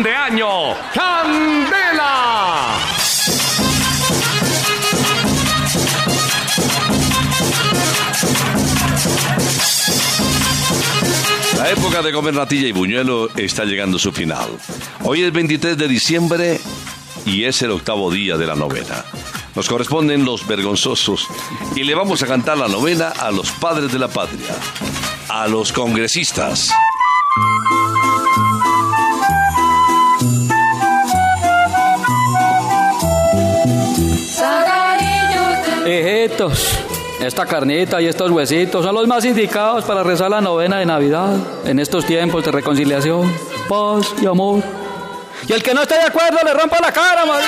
fin de año. ¡Candela! La época de comer natilla y buñuelo está llegando a su final. Hoy es 23 de diciembre y es el 8º día de la novena. Nos corresponden los vergonzosos y le vamos a cantar la novena a los padres de la patria, a los congresistas. Hijitos, esta carnita y estos huesitos son los más indicados para rezar la novena de Navidad en estos tiempos de reconciliación, paz y amor. Y el que no esté de acuerdo le rompa la cara, madre.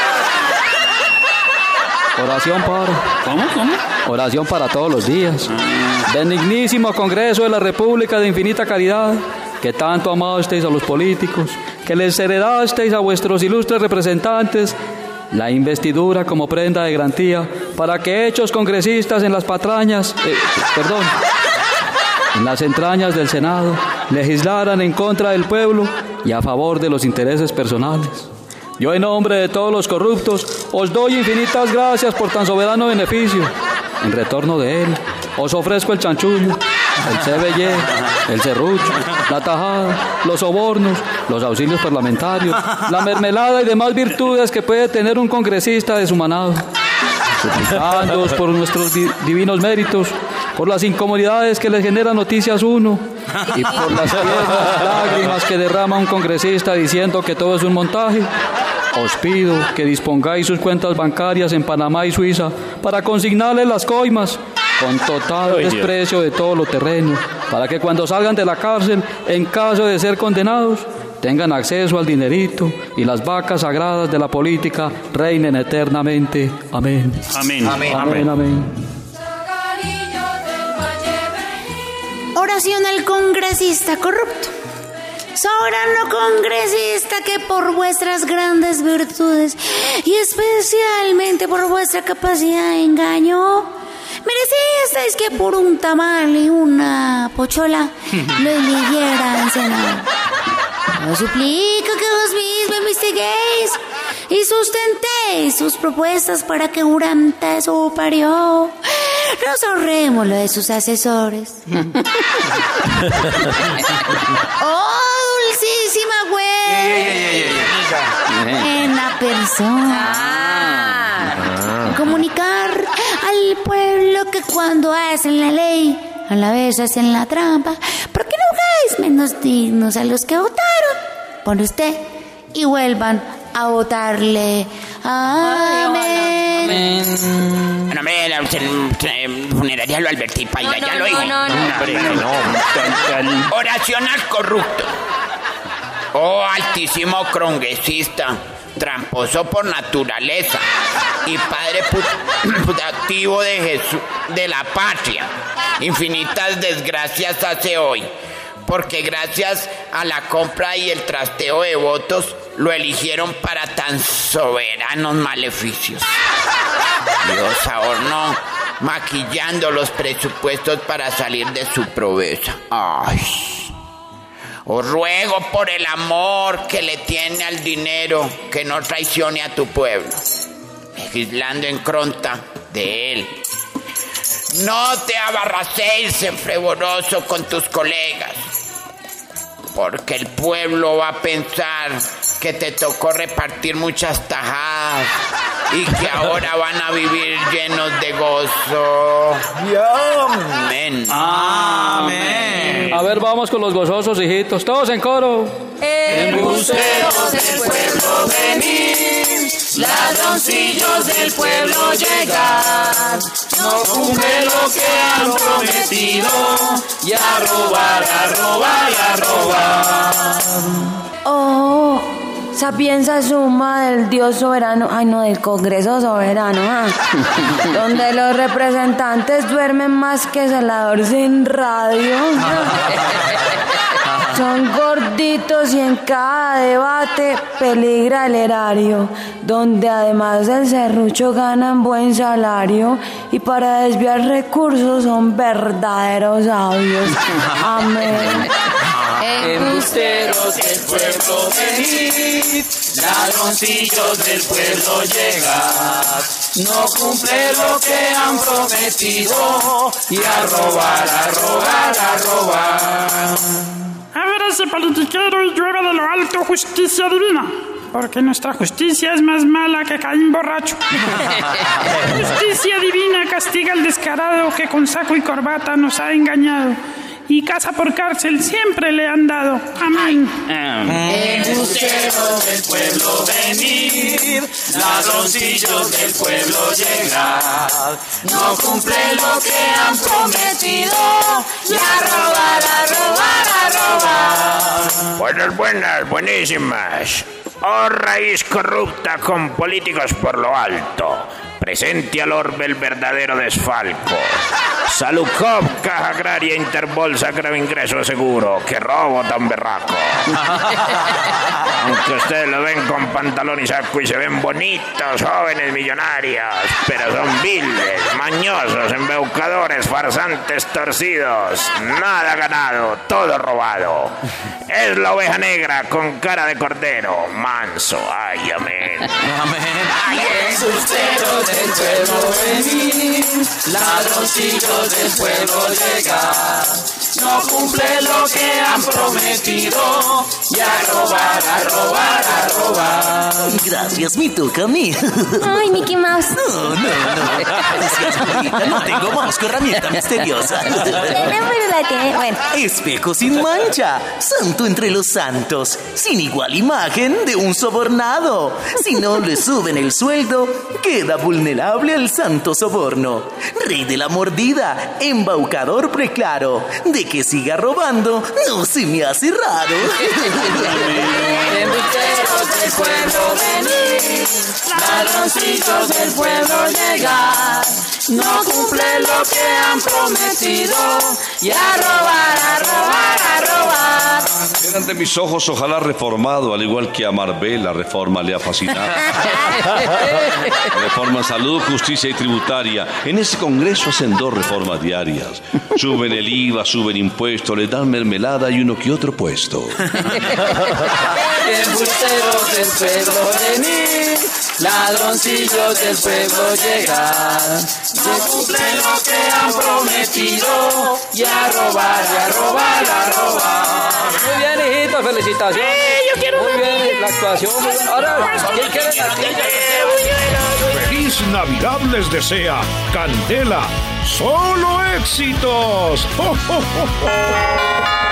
Oración para... ¿Cómo? Oración para todos los días. Benignísimo Congreso de la República de Infinita Caridad, que tanto amasteis a los políticos, que les heredasteis a vuestros ilustres representantes la investidura como prenda de garantía para que hechos congresistas en las patrañas, en las entrañas del Senado, legislaran en contra del pueblo y a favor de los intereses personales. Yo, en nombre de todos los corruptos, os doy infinitas gracias por tan soberano beneficio. En retorno de él, os ofrezco el chanchullo, el CBY, el serrucho, la tajada, los sobornos, los auxilios parlamentarios, la mermelada y demás virtudes que puede tener un congresista de su manado. Suplicándoos por nuestros divinos méritos, por las incomodidades que les genera Noticias 1 y por las tiernas lágrimas que derrama un congresista diciendo que todo es un montaje, os pido que dispongáis sus cuentas bancarias en Panamá y Suiza para consignarles las coimas con total desprecio de todo lo terreno, para que cuando salgan de la cárcel, en caso de ser condenados, tengan acceso al dinerito y las vacas sagradas de la política reinen eternamente. Amén. Amén. Amén. Amén. Amén. Oración al congresista corrupto. Soberano congresista, que por vuestras grandes virtudes y especialmente por vuestra capacidad de engaño, merecisteis que por un tamal y una pochola lo eligieran en Senado. Os suplico que vos mismos investiguéis y sustentéis sus propuestas para que durante su periodo nos ahorremos lo de sus asesores. ¡Oh, dulcísima güey! En la persona. Comunicar al pueblo que cuando hacen la ley, a la vez hacen la trampa, porque no hagáis menos dignos a los que votaron por usted y vuelvan a votarle. Amén. No, hombre, el funeraria lo advertí, paila, ya lo dije. No. Oración al corrupto. Oh, altísimo congresista, tramposo por naturaleza y padre putativo de Jesús, de la patria. Infinitas desgracias hace hoy, porque gracias a la compra y el trasteo de votos lo eligieron para tan soberanos maleficios. Dios ahornó maquillando los presupuestos para salir de su pobreza. Ay, os ruego por el amor que le tiene al dinero que no traicione a tu pueblo, legislando en contra de él. No te abarracéis enfrevoroso con tus colegas, porque el pueblo va a pensar que te tocó repartir muchas tajadas y que ahora van a vivir llenos de gozo. Amén. Amén. A ver, vamos con los gozosos, hijitos. Todos en coro. Embusteros del pueblo venid, ladroncillos del pueblo llegad, no cumple lo que han prometido, y a robar, a robar, a robar. Oh, sapienza suma del Dios soberano, ay no, del Congreso soberano, donde los representantes duermen más que celador sin radio. Son gorditos y en cada debate peligra el erario, donde además del serrucho ganan buen salario y para desviar recursos son verdaderos sabios. Amén. Embusteros del pueblo venid, ladroncillos del pueblo llegad, no cumple lo que han prometido y a robar, a robar, a robar. A ver ese politiquero y llueve de lo alto justicia divina, porque nuestra justicia es más mala que Caín borracho. Justicia divina castiga al descarado que con saco y corbata nos ha engañado, y casa por cárcel siempre le han dado. Amén. Embusteros del pueblo venid, ladroncillos del pueblo llegad, no cumple lo que han prometido y a robar, a robar, a robar. Buenas, buenísimas. Oh raíz corrupta con políticos por lo alto, presente al orbe el verdadero desfalco. Salukov, Caja Agraria, Interbolsa, Grave Ingreso Seguro. ¡Qué robo tan berraco! Aunque ustedes lo ven con pantalón y saco y se ven bonitos, jóvenes millonarios, pero son viles, mañosos, embaucadores, farsantes, torcidos. Nada ganado, todo robado. Es la oveja negra con cara de cordero, manso. ¡Ay, amén! Amén. Ay, embusteros del pueblo venid, ladroncillos del pueblo llegar, no cumple lo que han prometido y a robar, a robar, a robar. Gracias, me toca a mí. Ay, Mickey Mouse. No. Gracias, Julita, no tengo más que herramienta misteriosa. Bueno. Espejo sin mancha, santo entre los santos, sin igual imagen de un sobornado. Si no le suben el sueldo, queda vulnerable al santo soborno. Rey de la mordida, embaucador preclaro, de que siga robando no se me hace raro. Embusteros del pueblo venid, ladroncillos del pueblo llegar, no cumple lo que han prometido y a robar, a robar, a robar. Delante de mis ojos, ojalá reformado, al igual que a Marvel, la reforma le ha fascinado. Reforma salud, justicia y tributaria. En ese congreso hacen 2 reformas diarias. Suben el IVA, suben impuestos, les dan mermelada y uno que otro puesto. Embusteros del pueblo venid, ladroncillos del pueblo llegar, no cumplen lo que han prometido y a robar, a robar, a robar. Muy bien, hijito, felicitaciones. Yo quiero Muy bien, la actuación. Muy bien. Ahora, ¿quién quiere la Feliz Navidad les desea Candela. ¡Solo éxitos! ¡Oh, oh, oh, oh!